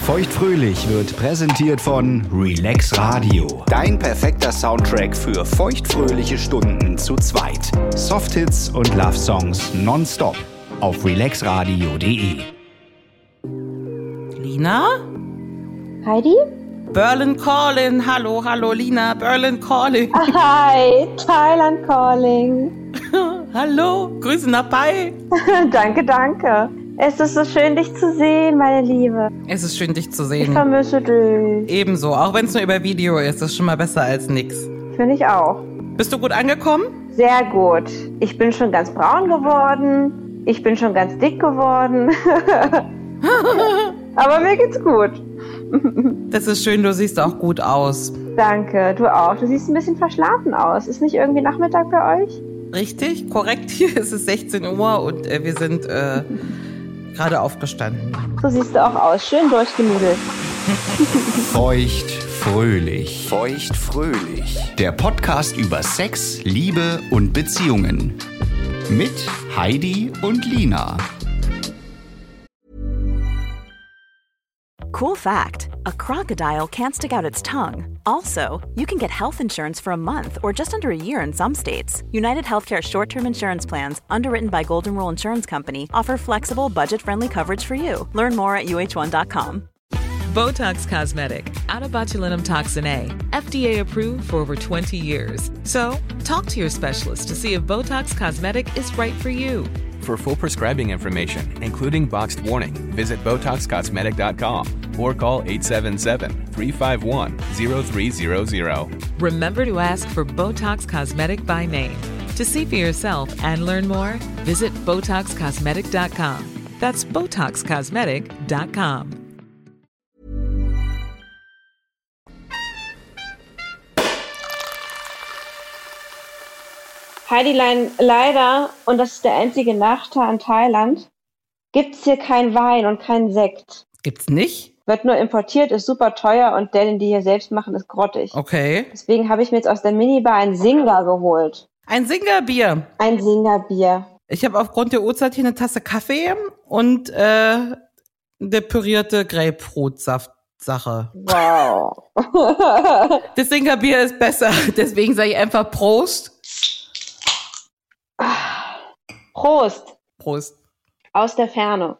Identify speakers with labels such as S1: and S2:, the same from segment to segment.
S1: Feuchtfröhlich wird präsentiert von Relax Radio. Dein perfekter Soundtrack für feuchtfröhliche Stunden zu zweit. Softhits und Love-Songs nonstop auf relaxradio.de.
S2: Lina?
S3: Heidi?
S2: Berlin Calling. Hallo, Lina. Berlin Calling.
S3: Hi, Thailand Calling.
S2: Hallo, Grüße nach Pai.
S3: Danke. Es ist so schön, dich zu sehen, meine Liebe.
S2: Es ist schön, dich zu sehen.
S3: Ich vermisse dich.
S2: Ebenso, auch wenn es nur über Video ist. Das ist schon mal besser als nix.
S3: Finde ich auch.
S2: Bist du gut angekommen?
S3: Sehr gut. Ich bin schon ganz braun geworden. Ich bin schon ganz dick geworden. Aber mir geht's gut.
S2: Das ist schön, du siehst auch gut aus.
S3: Danke, du auch. Du siehst ein bisschen verschlafen aus. Ist nicht irgendwie Nachmittag bei euch?
S2: Richtig, korrekt. Hier ist es 16 Uhr und wir sind gerade aufgestanden.
S3: So siehst du auch aus. Schön durchgenudelt.
S1: Feuchtfröhlich. Feuchtfröhlich. Der Podcast über Sex, Liebe und Beziehungen. Mit Heidi und Lina.
S4: Cool fact, a crocodile can't stick out its tongue. Also, you can get health insurance for a month or just under a year in some states. United Healthcare short-term insurance plans, underwritten by Golden Rule Insurance Company, offer flexible, budget-friendly coverage for you. Learn more at uh1.com.
S5: Botox Cosmetic, out of botulinum toxin A, FDA approved for over 20 years. So, talk to your specialist to see if Botox Cosmetic is right for you.
S6: For full prescribing information, including boxed warning, visit BotoxCosmetic.com or call 877-351-0300.
S5: Remember to ask for Botox Cosmetic by name. To see for yourself and learn more, visit BotoxCosmetic.com. That's BotoxCosmetic.com.
S3: Heidilein, leider, und das ist der einzige Nachteil an Thailand, gibt's hier kein Wein und keinen Sekt.
S2: Gibt's nicht?
S3: Wird nur importiert, ist super teuer und der, den die hier selbst machen, ist grottig.
S2: Okay.
S3: Deswegen habe ich mir jetzt aus der Minibar ein Singa geholt.
S2: Ein Singa-Bier.
S3: Ein Singa-Bier.
S2: Ich habe aufgrund der Uhrzeit hier eine Tasse Kaffee und eine pürierte Grapefruitsaft-Sache.
S3: Wow.
S2: Das Singa-Bier ist besser, deswegen sage ich einfach Prost.
S3: Prost.
S2: Prost.
S3: Aus der Ferne.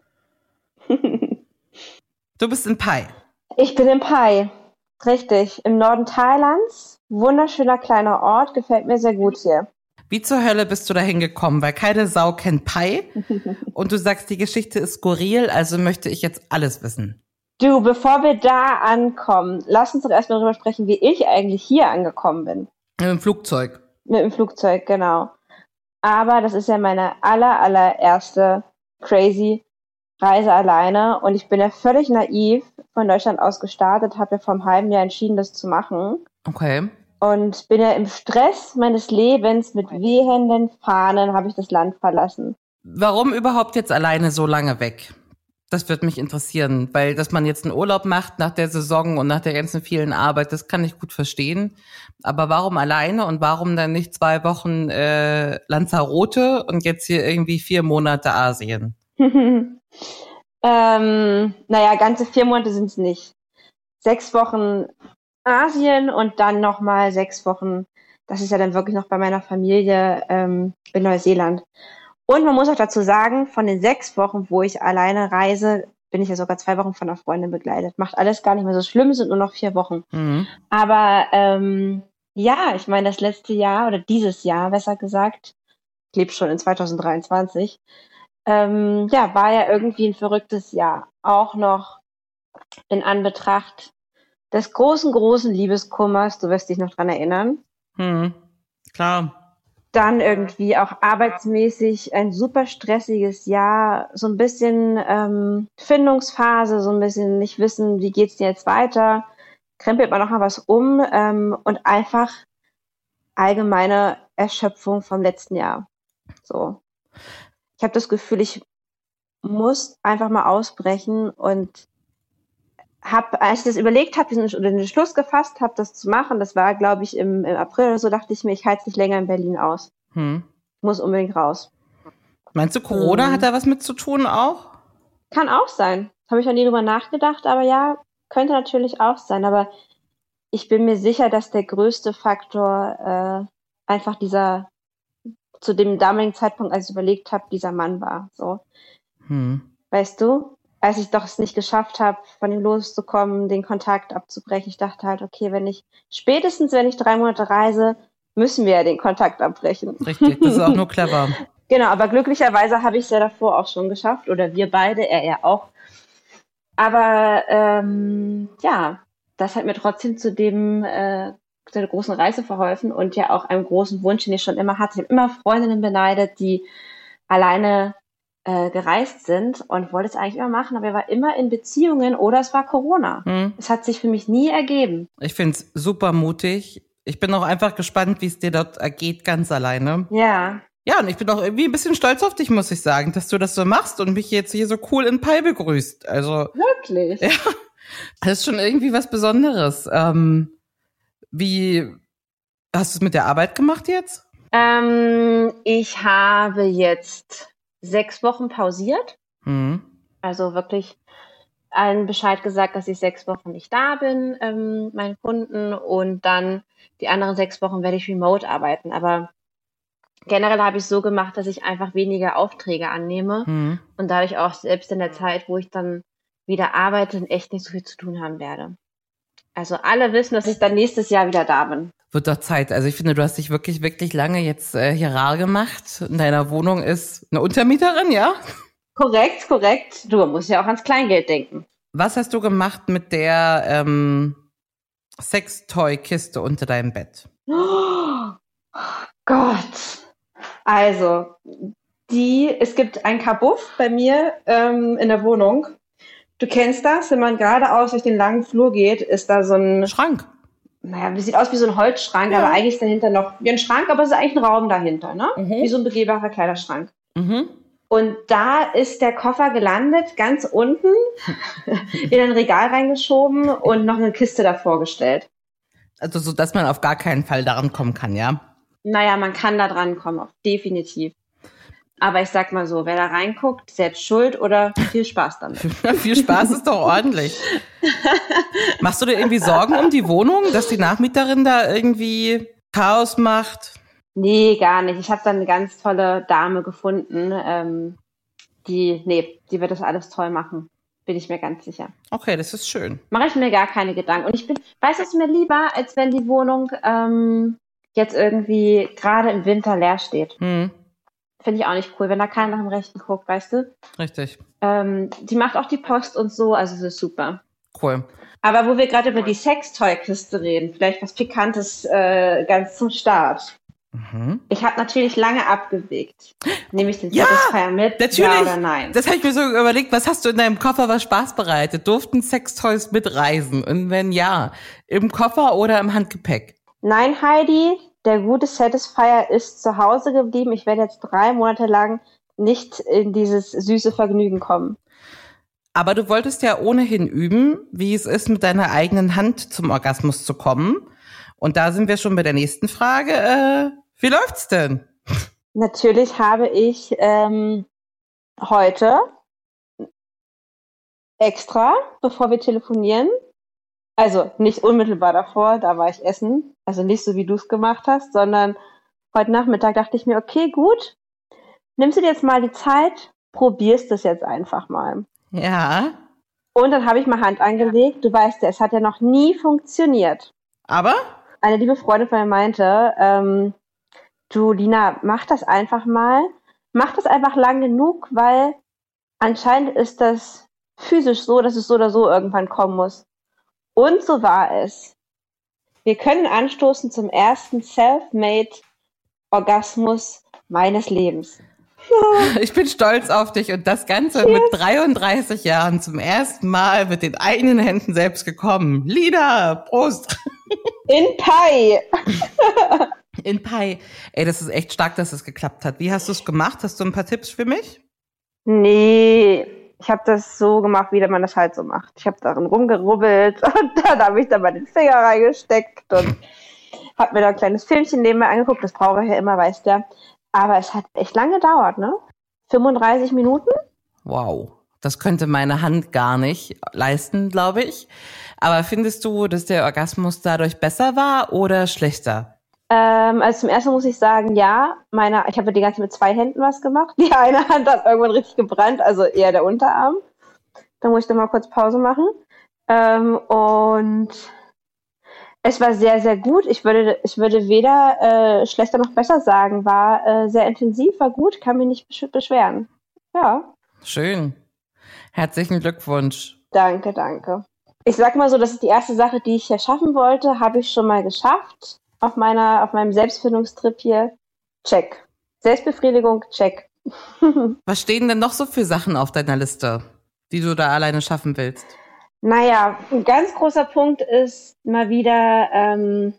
S2: Du bist in Pai.
S3: Ich bin in Pai. Richtig. Im Norden Thailands. Wunderschöner kleiner Ort. Gefällt mir sehr gut hier.
S2: Wie zur Hölle bist du da hingekommen? Weil keine Sau kennt Pai. Und du sagst, die Geschichte ist skurril, also möchte ich jetzt alles wissen.
S3: Du, bevor wir da ankommen, lass uns doch erstmal darüber sprechen, wie ich eigentlich hier angekommen bin.
S2: Mit dem Flugzeug.
S3: Mit dem Flugzeug, genau. Aber das ist ja meine allererste crazy Reise alleine. Und ich bin ja völlig naiv von Deutschland aus gestartet, habe ja vor einem halben Jahr entschieden, das zu machen.
S2: Okay.
S3: Und bin ja im Stress meines Lebens mit wehenden Fahnen habe ich das Land verlassen.
S2: Warum überhaupt jetzt alleine so lange weg? Das würde mich interessieren, weil dass man jetzt einen Urlaub macht nach der Saison und nach der ganzen vielen Arbeit, das kann ich gut verstehen. Aber warum alleine und warum dann nicht 2 Wochen Lanzarote und jetzt hier irgendwie 4 Monate Asien?
S3: Naja, ganze 4 Monate sind es nicht. 6 Wochen Asien und dann nochmal 6 Wochen, das ist ja dann wirklich noch bei meiner Familie in Neuseeland. Und man muss auch dazu sagen, von den 6 Wochen, wo ich alleine reise, bin ich ja sogar 2 Wochen von einer Freundin begleitet. Macht alles gar nicht mehr so schlimm, sind nur noch 4 Wochen.
S2: Mhm.
S3: Aber ja, ich meine, das letzte Jahr oder dieses Jahr, besser gesagt, ich lebe schon in 2023, ja, war ja irgendwie ein verrücktes Jahr. Auch noch in Anbetracht des großen Liebeskummers, du wirst dich noch dran erinnern.
S2: Klar.
S3: Dann irgendwie auch arbeitsmäßig ein super stressiges Jahr, so ein bisschen Findungsphase, so ein bisschen nicht wissen, wie geht's dir jetzt weiter, krempelt man noch mal was um und einfach allgemeine Erschöpfung vom letzten Jahr. So. Ich habe das Gefühl, ich muss einfach mal ausbrechen und als ich das überlegt habe, den Schluss gefasst habe, das zu machen, das war, glaube ich, im April oder so, dachte ich mir, ich halte es nicht länger in Berlin aus. Ich muss unbedingt raus.
S2: Meinst du, Corona hat da was mit zu tun auch?
S3: Kann auch sein. Habe ich noch nie drüber nachgedacht, aber ja, könnte natürlich auch sein. Aber ich bin mir sicher, dass der größte Faktor einfach zu dem damaligen Zeitpunkt, als ich überlegt habe, dieser Mann war. So. Weißt du? Als ich doch es nicht geschafft habe, von ihm loszukommen, den Kontakt abzubrechen, ich dachte halt, okay, spätestens wenn ich 3 Monate reise, müssen wir ja den Kontakt abbrechen.
S2: Richtig, das ist auch nur clever.
S3: Genau, aber glücklicherweise habe ich es ja davor auch schon geschafft, oder wir beide, er auch. Aber das hat mir trotzdem zu der großen Reise verholfen und ja auch einem großen Wunsch, den ich schon immer hatte. Ich habe immer Freundinnen beneidet, die alleine gereist sind und wollte es eigentlich immer machen, aber er war immer in Beziehungen oder es war Corona. Es hat sich für mich nie ergeben.
S2: Ich finde es super mutig. Ich bin auch einfach gespannt, wie es dir dort ergeht, ganz alleine.
S3: Ja.
S2: Ja, und ich bin auch irgendwie ein bisschen stolz auf dich, muss ich sagen, dass du das so machst und mich jetzt hier so cool in Pai begrüßt. Also
S3: wirklich?
S2: Ja, das ist schon irgendwie was Besonderes. Wie hast du es mit der Arbeit gemacht jetzt?
S3: Ich habe jetzt 6 Wochen pausiert. Also wirklich allen Bescheid gesagt, dass ich 6 Wochen nicht da bin, meinen Kunden. Und dann die anderen 6 Wochen werde ich remote arbeiten. Aber generell habe ich es so gemacht, dass ich einfach weniger Aufträge annehme und dadurch auch selbst in der Zeit, wo ich dann wieder arbeite, echt nicht so viel zu tun haben werde. Also alle wissen, dass ich dann nächstes Jahr wieder da bin.
S2: Wird doch Zeit. Also ich finde, du hast dich wirklich, wirklich lange jetzt hier rar gemacht. In deiner Wohnung ist eine Untermieterin, ja?
S3: Korrekt. Du musst ja auch ans Kleingeld denken.
S2: Was hast du gemacht mit der Sextoy-Kiste unter deinem Bett?
S3: Oh Gott. Also, es gibt ein Kabuff bei mir in der Wohnung. Du kennst das, wenn man geradeaus durch den langen Flur geht, ist da so ein
S2: Schrank.
S3: Naja, sieht aus wie so ein Holzschrank, aber eigentlich ist dahinter noch wie ein Schrank, aber es ist eigentlich ein Raum dahinter, ne? Wie so ein begehbarer Kleiderschrank. Und da ist der Koffer gelandet, ganz unten, in ein Regal reingeschoben und noch eine Kiste davor gestellt.
S2: Also so, dass man auf gar keinen Fall daran kommen kann, ja?
S3: Naja, man kann da dran kommen, definitiv. Aber ich sag mal so, wer da reinguckt, selbst schuld oder viel Spaß damit.
S2: Viel Spaß ist doch ordentlich. Machst du dir irgendwie Sorgen um die Wohnung, dass die Nachmieterin da irgendwie Chaos macht?
S3: Nee, gar nicht. Ich habe da eine ganz tolle Dame gefunden, die wird das alles toll machen. Bin ich mir ganz sicher.
S2: Okay, das ist schön.
S3: Mache ich mir gar keine Gedanken. Und es ist mir lieber, als wenn die Wohnung jetzt irgendwie gerade im Winter leer steht. Finde ich auch nicht cool, wenn da keiner nach dem Rechten guckt, weißt du?
S2: Richtig.
S3: Die macht auch die Post und so, also es ist super.
S2: Cool.
S3: Aber wo wir gerade über die Sextoy-Kiste reden, vielleicht was Pikantes ganz zum Start. Ich habe natürlich lange abgewegt. Nehme ich den Satisfier mit?
S2: Natürlich.
S3: Ja oder nein?
S2: Das habe ich mir so überlegt, was hast du in deinem Koffer, was Spaß bereitet? Durften Sextoys mitreisen? Und wenn ja, im Koffer oder im Handgepäck?
S3: Nein, Heidi, der gute Satisfier ist zu Hause geblieben. Ich werde jetzt 3 Monate lang nicht in dieses süße Vergnügen kommen.
S2: Aber du wolltest ja ohnehin üben, wie es ist, mit deiner eigenen Hand zum Orgasmus zu kommen. Und da sind wir schon bei der nächsten Frage. Wie läuft's denn?
S3: Natürlich habe ich heute extra, bevor wir telefonieren, also nicht unmittelbar davor, da war ich essen, also nicht so, wie du es gemacht hast, sondern heute Nachmittag dachte ich mir, okay, gut, nimmst du dir jetzt mal die Zeit, probierst es jetzt einfach mal.
S2: Ja.
S3: Und dann habe ich mal Hand angelegt. Du weißt ja, es hat ja noch nie funktioniert.
S2: Aber?
S3: Eine liebe Freundin von mir meinte, du Lina, mach das einfach mal. Mach das einfach lang genug, weil anscheinend ist das physisch so, dass es so oder so irgendwann kommen muss. Und so war es. Wir können anstoßen zum ersten Self-Made-Orgasmus meines Lebens.
S2: Ich bin stolz auf dich und das Ganze mit 33 Jahren zum ersten Mal mit den eigenen Händen selbst gekommen. Lina, Prost!
S3: In Pai!
S2: In Pai. Ey, das ist echt stark, dass es geklappt hat. Wie hast du es gemacht? Hast du ein paar Tipps für mich?
S3: Nee, ich habe das so gemacht, wie man das halt so macht. Ich habe darin rumgerubbelt und dann habe ich da mal den Finger reingesteckt und habe mir da ein kleines Filmchen nebenbei angeguckt. Das brauche ich ja immer, weißt du. Aber es hat echt lange gedauert, ne? 35 Minuten.
S2: Wow. Das könnte meine Hand gar nicht leisten, glaube ich. Aber findest du, dass der Orgasmus dadurch besser war oder schlechter?
S3: Also zum ersten muss ich sagen, ja, ich habe die ganze Zeit mit 2 Händen was gemacht. Die eine Hand hat irgendwann richtig gebrannt, also eher der Unterarm. Da muss ich dann mal kurz Pause machen. Und es war sehr, sehr gut. Ich würde weder schlechter noch besser sagen. War sehr intensiv, war gut, kann mich nicht beschweren. Ja.
S2: Schön. Herzlichen Glückwunsch.
S3: Danke, danke. Ich sag mal so, das ist die erste Sache, die ich hier schaffen wollte, habe ich schon mal geschafft. Auf meinem Selbstfindungstrip hier. Check. Selbstbefriedigung, check.
S2: Was stehen denn noch so für Sachen auf deiner Liste, die du da alleine schaffen willst?
S3: Naja, ein ganz großer Punkt ist mal wieder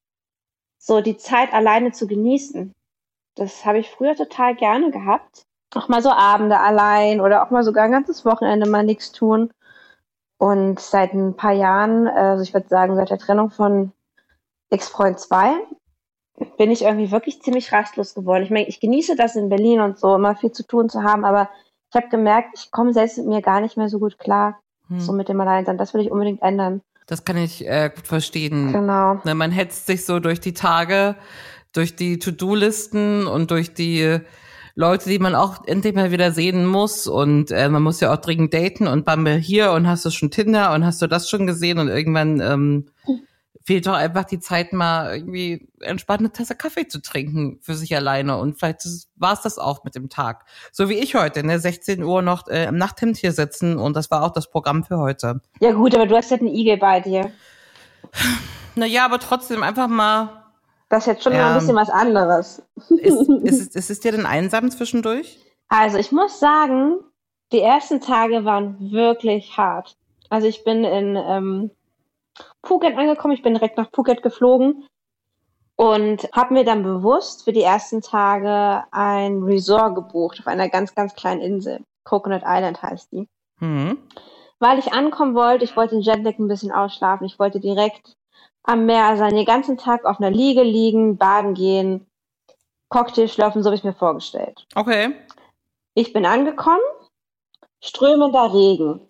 S3: so die Zeit alleine zu genießen. Das habe ich früher total gerne gehabt. Auch mal so Abende allein oder auch mal sogar ein ganzes Wochenende mal nichts tun. Und seit ein paar Jahren, also ich würde sagen seit der Trennung von Ex-Freund 2, bin ich irgendwie wirklich ziemlich rastlos geworden. Ich meine, ich genieße das in Berlin und so, immer viel zu tun zu haben, aber ich habe gemerkt, ich komme selbst mit mir gar nicht mehr so gut klar, so mit dem Alleinsein. Das will ich unbedingt ändern.
S2: Das kann ich gut verstehen.
S3: Genau.
S2: Ne, man hetzt sich so durch die Tage, durch die To-Do-Listen und durch die Leute, die man auch endlich mal wieder sehen muss. Und man muss ja auch dringend daten und Bumble hier und hast du schon Tinder und hast du das schon gesehen und irgendwann fehlt doch einfach die Zeit, mal irgendwie entspannt eine Tasse Kaffee zu trinken für sich alleine. Und vielleicht war es das auch mit dem Tag. So wie ich heute, 16 Uhr noch im Nachthemd hier sitzen. Und das war auch das Programm für heute.
S3: Ja gut, aber du hast ja einen Igel bei dir.
S2: Naja, aber trotzdem einfach mal.
S3: Das ist jetzt schon mal ein bisschen was anderes.
S2: Ist es dir denn einsam zwischendurch?
S3: Also ich muss sagen, die ersten Tage waren wirklich hart. Also ich bin in Phuket angekommen, ich bin direkt nach Phuket geflogen und habe mir dann bewusst für die ersten Tage ein Resort gebucht auf einer ganz, ganz kleinen Insel. Coconut Island heißt die. Weil ich ankommen wollte, ich wollte den Jetlag ein bisschen ausschlafen, ich wollte direkt am Meer sein, den ganzen Tag auf einer Liege liegen, baden gehen, Cocktail schlürfen, so habe ich mir vorgestellt.
S2: Okay.
S3: Ich bin angekommen, strömender Regen.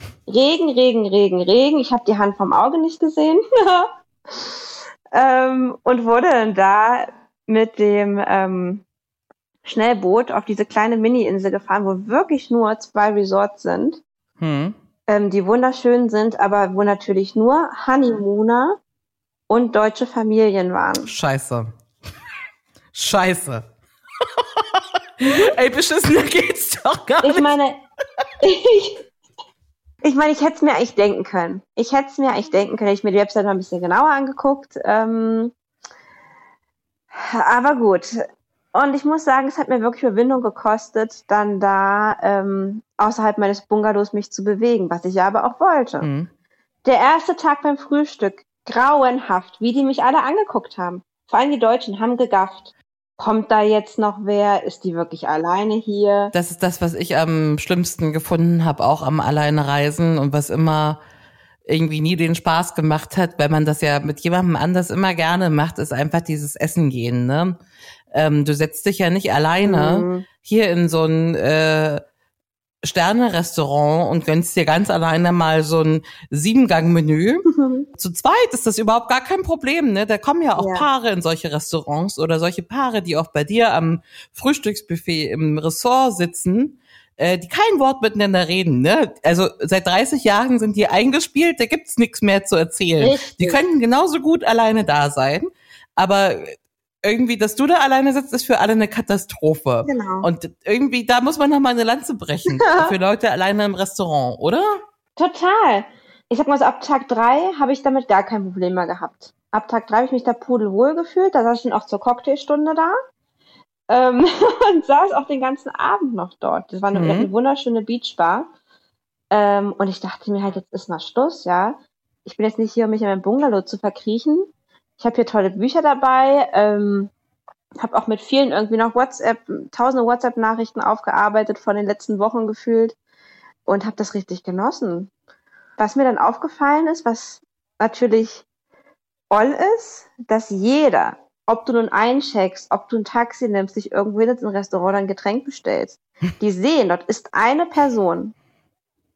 S3: Regen. Ich habe die Hand vom Auge nicht gesehen. Und wurde dann da mit dem Schnellboot auf diese kleine Mini-Insel gefahren, wo wirklich nur 2 Resorts sind, die wunderschön sind, aber wo natürlich nur Honeymooner und deutsche Familien waren.
S2: Scheiße. Ey, beschissener geht's doch gar nicht.
S3: Ich meine, ich hätte es mir eigentlich denken können. Hätte ich mir die Website mal ein bisschen genauer angeguckt. Aber gut. Und ich muss sagen, es hat mir wirklich Überwindung gekostet, dann da außerhalb meines Bungalows mich zu bewegen, was ich ja aber auch wollte. Der erste Tag beim Frühstück, grauenhaft, wie die mich alle angeguckt haben. Vor allem die Deutschen haben gegafft. Kommt da jetzt noch wer? Ist die wirklich alleine hier?
S2: Das ist das, was ich am schlimmsten gefunden habe, auch am Alleinreisen und was immer irgendwie nie den Spaß gemacht hat, weil man das ja mit jemandem anders immer gerne macht, ist einfach dieses Essen gehen, ne? Du setzt dich ja nicht alleine hier in so ein Sterne-Restaurant und gönnst dir ganz alleine mal so ein 7-Gang-Menü. Zu zweit ist das überhaupt gar kein Problem, ne? Da kommen ja auch Paare in solche Restaurants oder solche Paare, die auch bei dir am Frühstücksbuffet im Ressort sitzen, die kein Wort miteinander reden, ne? Also seit 30 Jahren sind die eingespielt, da gibt's nichts mehr zu erzählen. Richtig. Die könnten genauso gut alleine da sein, aber irgendwie, dass du da alleine sitzt, ist für alle eine Katastrophe.
S3: Genau.
S2: Und irgendwie, da muss man noch mal eine Lanze brechen. Für Leute alleine im Restaurant, oder?
S3: Total. Ich sag mal so, ab Tag 3 habe ich damit gar kein Problem mehr gehabt. Ab Tag 3 habe ich mich da pudelwohl gefühlt. Da saß ich dann auch zur Cocktailstunde da. Und saß auch den ganzen Abend noch dort. Das war eine wunderschöne Beachbar. Und ich dachte mir halt, jetzt ist mal Schluss, ja. Ich bin jetzt nicht hier, um mich in meinem Bungalow zu verkriechen. Ich habe hier tolle Bücher dabei, habe auch mit vielen irgendwie noch tausende WhatsApp-Nachrichten aufgearbeitet von den letzten Wochen gefühlt und habe das richtig genossen. Was mir dann aufgefallen ist, was natürlich all ist, dass jeder, ob du nun eincheckst, ob du ein Taxi nimmst, dich irgendwo hin ins Restaurant oder ein Getränk bestellst, die sehen, dort ist eine Person,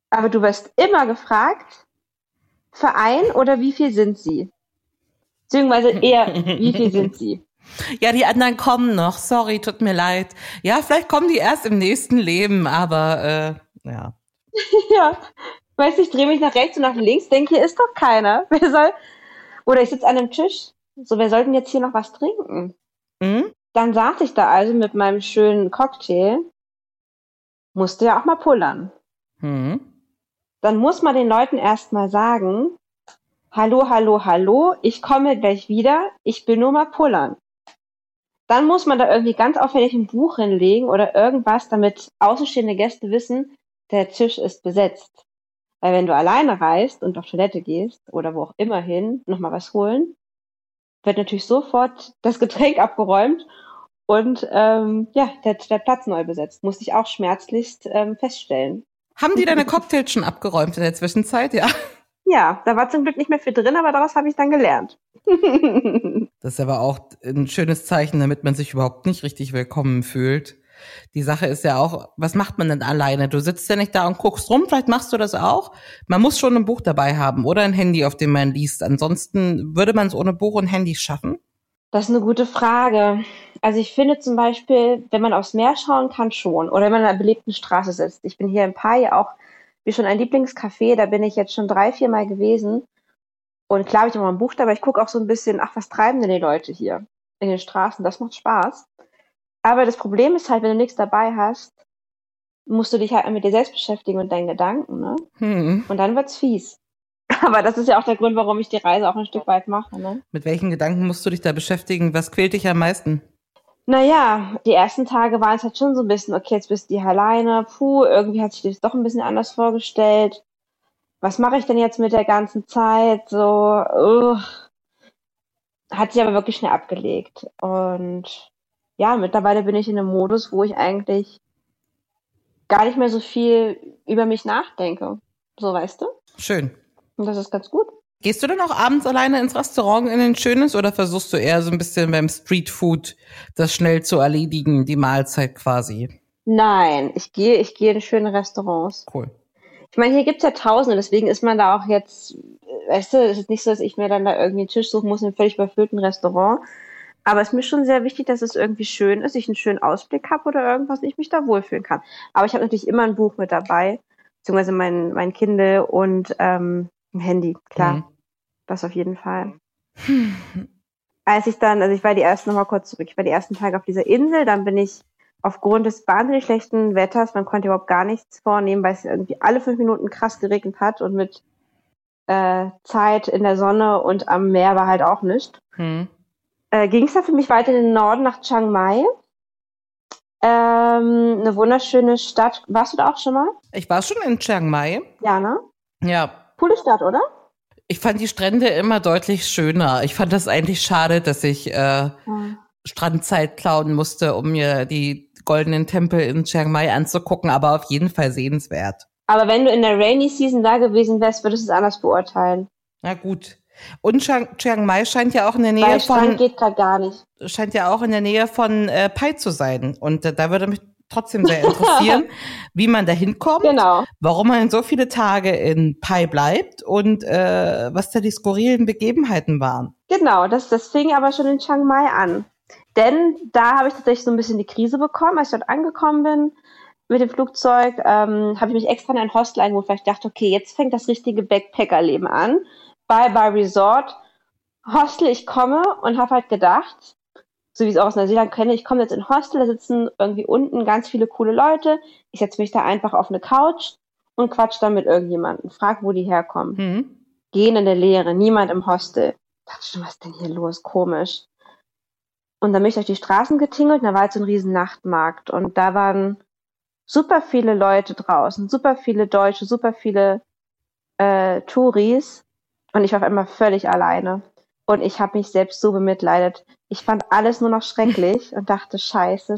S3: Aber du wirst immer gefragt, Verein oder wie viel sind sie? Beziehungsweise eher, wie viel sind sie?
S2: Ja, die anderen kommen noch. Sorry, tut mir leid. Ja, vielleicht kommen die erst im nächsten Leben, aber ja.
S3: Ja, weißt du, ich drehe mich nach rechts und nach links, denke, hier ist doch keiner. Wer soll? Oder ich sitze an einem Tisch. So, wer soll denn jetzt hier noch was trinken?
S2: Mhm.
S3: Dann saß ich da also mit meinem schönen Cocktail. Musste ja auch mal pullern.
S2: Mhm.
S3: Dann muss man den Leuten erstmal sagen, hallo, hallo, hallo, ich komme gleich wieder, ich will nur mal pullern. Dann muss man da irgendwie ganz auffällig ein Buch hinlegen oder irgendwas, damit außenstehende Gäste wissen, der Tisch ist besetzt. Weil wenn du alleine reist und auf Toilette gehst oder wo auch immer hin, nochmal was holen, wird natürlich sofort das Getränk abgeräumt und der Platz neu besetzt. Musste ich auch schmerzlichst feststellen.
S2: Haben die deine Cocktails schon abgeräumt in der Zwischenzeit? Ja.
S3: Ja, da war zum Glück nicht mehr viel drin, aber daraus habe ich dann gelernt.
S2: Das ist aber auch ein schönes Zeichen, damit man sich überhaupt nicht richtig willkommen fühlt. Die Sache ist ja auch, was macht man denn alleine? Du sitzt ja nicht da und guckst rum, vielleicht machst du das auch. Man muss schon ein Buch dabei haben oder ein Handy, auf dem man liest. Ansonsten würde man es ohne Buch und Handy schaffen?
S3: Das ist eine gute Frage. Also ich finde zum Beispiel, wenn man aufs Meer schauen kann, schon. Oder wenn man an einer belebten Straße sitzt. Ich bin hier in Pai auch wie schon ein Lieblingscafé, da bin ich jetzt schon 3-4 Mal gewesen. Und klar habe ich immer ein Buch dabei. Ich gucke auch so ein bisschen, was treiben denn die Leute hier in den Straßen? Das macht Spaß. Aber das Problem ist halt, wenn du nichts dabei hast, musst du dich halt mit dir selbst beschäftigen und deinen Gedanken, ne? Und dann wird's fies. Aber das ist ja auch der Grund, warum ich die Reise auch ein Stück weit mache, ne?
S2: Mit welchen Gedanken musst du dich da beschäftigen? Was quält dich am meisten?
S3: Naja, die ersten Tage waren es halt schon so ein bisschen, okay, jetzt bist du hier alleine, irgendwie hat sich das doch ein bisschen anders vorgestellt. Was mache ich denn jetzt mit der ganzen Zeit? So, hat sich aber wirklich schnell abgelegt. Und ja, mittlerweile bin ich in einem Modus, wo ich eigentlich gar nicht mehr so viel über mich nachdenke. So, weißt du?
S2: Schön.
S3: Und das ist ganz gut.
S2: Gehst du denn auch abends alleine ins Restaurant in ein schönes oder versuchst du eher so ein bisschen beim Streetfood das schnell zu erledigen, die Mahlzeit quasi?
S3: Nein, ich gehe in schöne Restaurants.
S2: Cool.
S3: Ich meine, hier gibt's ja Tausende, deswegen ist man da auch jetzt, weißt du, es ist nicht so, dass ich mir dann da irgendwie einen Tisch suchen muss in einem völlig überfüllten Restaurant. Aber es ist mir schon sehr wichtig, dass es irgendwie schön ist, ich einen schönen Ausblick habe oder irgendwas und ich mich da wohlfühlen kann. Aber ich habe natürlich immer ein Buch mit dabei, beziehungsweise mein Kindle und ein Handy, klar. Das auf jeden Fall. Ich war nochmal kurz zurück, ich war die ersten Tage auf dieser Insel, dann bin ich aufgrund des wahnsinnig schlechten Wetters, man konnte überhaupt gar nichts vornehmen, weil es irgendwie alle 5 Minuten krass geregnet hat und mit Zeit in der Sonne und am Meer war halt auch nichts. Ging es dann für mich weiter in den Norden nach Chiang Mai. Eine wunderschöne Stadt. Warst du da auch schon mal?
S2: Ich war schon in Chiang Mai.
S3: Ja, ne?
S2: Ja.
S3: Coole Stadt, oder?
S2: Ich fand die Strände immer deutlich schöner. Ich fand das eigentlich schade, dass ich Strandzeit klauen musste, um mir die goldenen Tempel in Chiang Mai anzugucken, aber auf jeden Fall sehenswert.
S3: Aber wenn du in der Rainy Season da gewesen wärst, würdest du es anders beurteilen.
S2: Na gut. Und Chiang Mai scheint ja auch in der Nähe
S3: Weil Strand geht gerade gar nicht.
S2: Scheint ja auch in der Nähe von Pai zu sein. Und da würde mich trotzdem sehr interessieren, wie man da hinkommt,
S3: genau.
S2: Warum man so viele Tage in Pai bleibt und was da die skurrilen Begebenheiten waren.
S3: Genau, das fing aber schon in Chiang Mai an. Denn da habe ich tatsächlich so ein bisschen die Krise bekommen, als ich dort angekommen bin mit dem Flugzeug, habe ich mich extra in ein Hostel eingeholt, weil ich dachte, okay, jetzt fängt das richtige Backpackerleben an. Bye Resort, Hostel, ich komme und habe halt gedacht, so wie ich es auch aus Neuseeland kenne, ich komme jetzt in ein Hostel, da sitzen irgendwie unten ganz viele coole Leute, ich setze mich da einfach auf eine Couch und quatsch dann mit irgendjemandem, frag, wo die herkommen. Gehen in der Leere, niemand im Hostel. Ich dachte schon, was ist denn hier los? Komisch. Und dann bin ich durch die Straßen getingelt und da war jetzt so ein riesen Nachtmarkt und da waren super viele Leute draußen, super viele Deutsche, super viele Touris und ich war auf einmal völlig alleine. Und ich habe mich selbst so bemitleidet. Ich fand alles nur noch schrecklich und dachte, scheiße.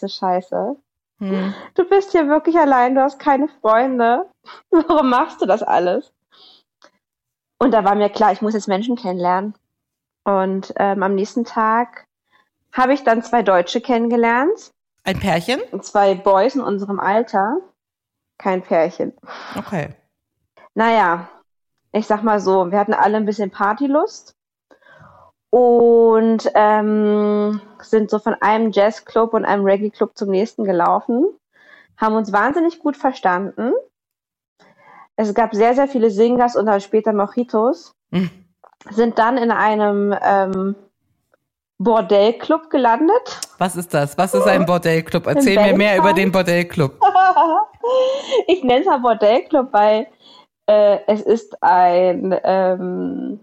S3: Du bist hier wirklich allein, du hast keine Freunde. Warum machst du das alles? Und da war mir klar, ich muss jetzt Menschen kennenlernen. Und am nächsten Tag habe ich dann 2 Deutsche kennengelernt.
S2: Ein Pärchen?
S3: 2 Boys in unserem Alter. Kein Pärchen.
S2: Okay.
S3: Naja, ich sag mal so, wir hatten alle ein bisschen Partylust und sind so von einem Jazzclub und einem Reggae-Club zum nächsten gelaufen, haben uns wahnsinnig gut verstanden. Es gab sehr, sehr viele Singers und dann später Mojitos. Sind dann in einem Bordellclub gelandet.
S2: Was ist das? Was ist ein Bordellclub? Erzähl mir mehr über den Bordellclub.
S3: Ich nenne es mal Bordellclub, weil es ist ein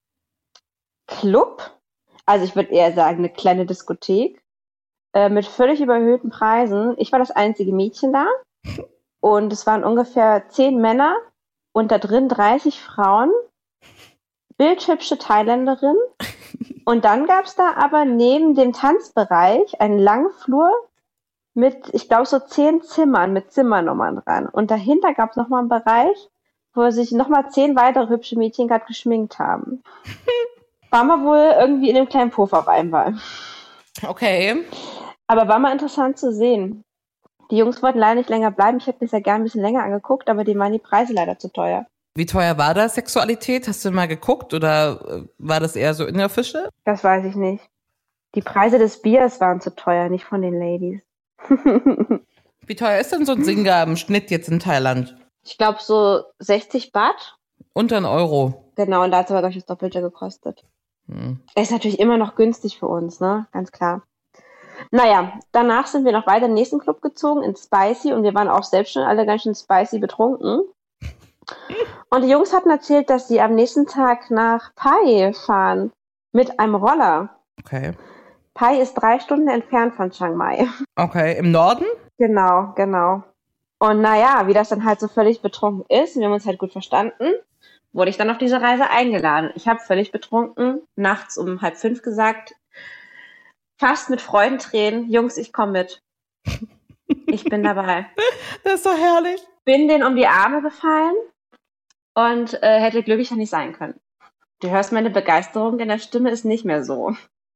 S3: Club, also ich würde eher sagen eine kleine Diskothek, mit völlig überhöhten Preisen. Ich war das einzige Mädchen da und es waren ungefähr 10 Männer und da drin 30 Frauen, bildhübsche Thailänderin. Und dann gab es da aber neben dem Tanzbereich einen langen Flur mit, ich glaube, so 10 Zimmern mit Zimmernummern dran. Und dahinter gab es nochmal einen Bereich, wo sich nochmal 10 weitere hübsche Mädchen gerade geschminkt haben. War mal wohl irgendwie in dem kleinen Pufferweinball.
S2: Okay.
S3: Aber war mal interessant zu sehen. Die Jungs wollten leider nicht länger bleiben. Ich hätte mir das ja gerne ein bisschen länger angeguckt, aber denen waren die Preise leider zu teuer.
S2: Wie teuer war da Sexualität? Hast du mal geguckt oder war das eher so inofficial?
S3: Das weiß ich nicht. Die Preise des Biers waren zu teuer, nicht von den Ladies.
S2: Wie teuer ist denn so ein Singer im Schnitt jetzt in Thailand?
S3: Ich glaube so 60 Baht.
S2: Unter €1.
S3: Genau, und da hat es aber, glaube ich, das Doppelte gekostet. Ist natürlich immer noch günstig für uns, ne? Ganz klar. Naja, danach sind wir noch weiter in den nächsten Club gezogen, in Spicy, und wir waren auch selbst schon alle ganz schön spicy betrunken. Und die Jungs hatten erzählt, dass sie am nächsten Tag nach Pai fahren mit einem Roller.
S2: Okay.
S3: Pai ist 3 Stunden entfernt von Chiang Mai.
S2: Okay, im Norden?
S3: Genau. Und naja, wie das dann halt so völlig betrunken ist, wir haben uns halt gut verstanden, wurde ich dann auf diese Reise eingeladen. Ich habe völlig betrunken nachts um 4:30 gesagt, fast mit Freudentränen, Jungs, ich komme mit. Ich bin dabei.
S2: Das ist so herrlich.
S3: Bin denen um die Arme gefallen und hätte glücklicher nicht sein können. Du hörst, meine Begeisterung in der Stimme ist nicht mehr so.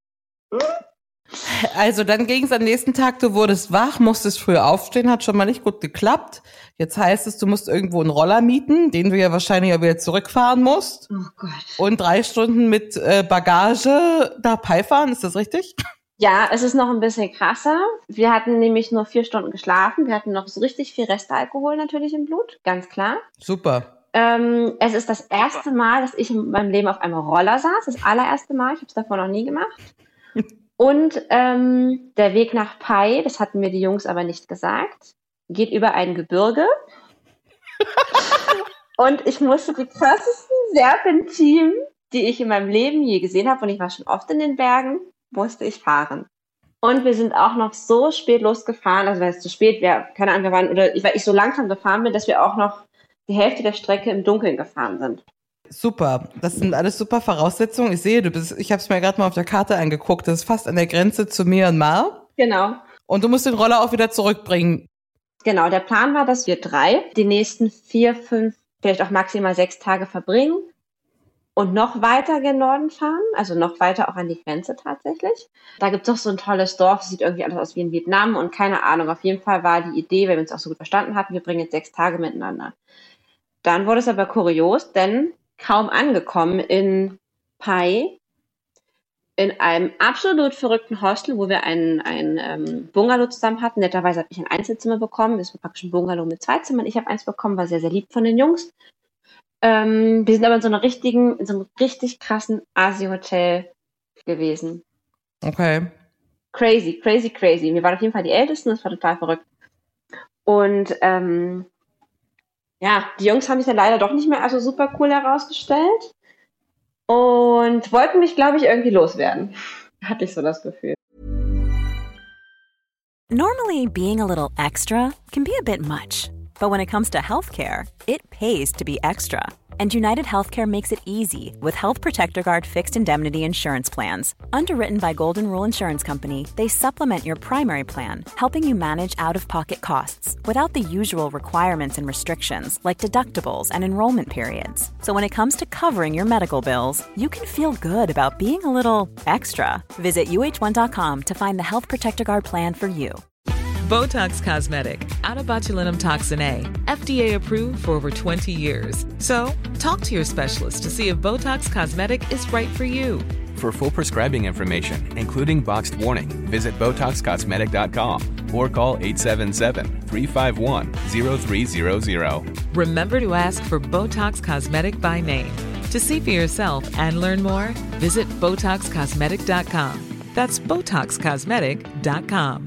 S2: Also dann ging es am nächsten Tag, du wurdest wach, musstest früh aufstehen, hat schon mal nicht gut geklappt. Jetzt heißt es, du musst irgendwo einen Roller mieten, den du ja wahrscheinlich auch wieder zurückfahren musst.
S3: Oh Gott.
S2: Und 3 Stunden mit Bagage nach Pai fahren, ist das richtig?
S3: Ja, es ist noch ein bisschen krasser. Wir hatten nämlich nur 4 Stunden geschlafen. Wir hatten noch so richtig viel Restalkohol natürlich im Blut, ganz klar.
S2: Super.
S3: Es ist das erste Mal, dass ich in meinem Leben auf einem Roller saß. Das allererste Mal. Ich habe es davor noch nie gemacht. Und der Weg nach Pai, das hatten mir die Jungs aber nicht gesagt, geht über ein Gebirge. Und ich musste die krassesten Serpentinen, die ich in meinem Leben je gesehen habe, und ich war schon oft in den Bergen, musste ich fahren. Und wir sind auch noch so spät losgefahren, also weil es zu spät wäre, keine Ahnung, wir waren, oder weil ich so langsam gefahren bin, dass wir auch noch die Hälfte der Strecke im Dunkeln gefahren sind.
S2: Super, das sind alles super Voraussetzungen. Ich sehe, ich habe es mir gerade mal auf der Karte angeguckt, das ist fast an der Grenze zu Myanmar.
S3: Genau.
S2: Und du musst den Roller auch wieder zurückbringen.
S3: Genau, der Plan war, dass wir 3 die nächsten 4, 5, vielleicht auch maximal 6 Tage verbringen und noch weiter gen Norden fahren, also noch weiter auch an die Grenze tatsächlich. Da gibt es doch so ein tolles Dorf, sieht irgendwie alles aus wie in Vietnam und keine Ahnung. Auf jeden Fall war die Idee, weil wir uns auch so gut verstanden hatten, wir bringen jetzt 6 Tage miteinander. Dann wurde es aber kurios, denn kaum angekommen in Pai, in einem absolut verrückten Hostel, wo wir einen Bungalow zusammen hatten. Netterweise habe ich ein Einzelzimmer bekommen. Das war praktisch ein Bungalow mit 2 Zimmern. Ich habe eins bekommen, war sehr, sehr lieb von den Jungs. Wir sind aber in so einem richtig krassen Asi-Hotel gewesen.
S2: Okay.
S3: Crazy. Wir waren auf jeden Fall die Ältesten, das war total verrückt. Und ja, die Jungs haben sich dann leider doch nicht mehr also super cool herausgestellt und wollten mich, glaube ich, irgendwie loswerden. Hatte ich so das Gefühl.
S4: Normally, being a little extra can be a bit much. But when it comes to healthcare, it pays to be extra. And United Healthcare makes it easy with Health Protector Guard fixed indemnity insurance plans. Underwritten by Golden Rule Insurance Company, they supplement your primary plan, helping you manage out-of-pocket costs without the usual requirements and restrictions like deductibles and enrollment periods. So when it comes to covering your medical bills, you can feel good about being a little extra. Visit uh1.com to find the Health Protector Guard plan for you.
S5: Botox Cosmetic, out of botulinum toxin A, FDA approved for over 20 years. So, talk to your specialist to see if Botox Cosmetic is right for you.
S6: For full prescribing information, including boxed warning, visit BotoxCosmetic.com or call 877-351-0300.
S5: Remember to ask for Botox Cosmetic by name. To see for yourself and learn more, visit BotoxCosmetic.com. That's BotoxCosmetic.com.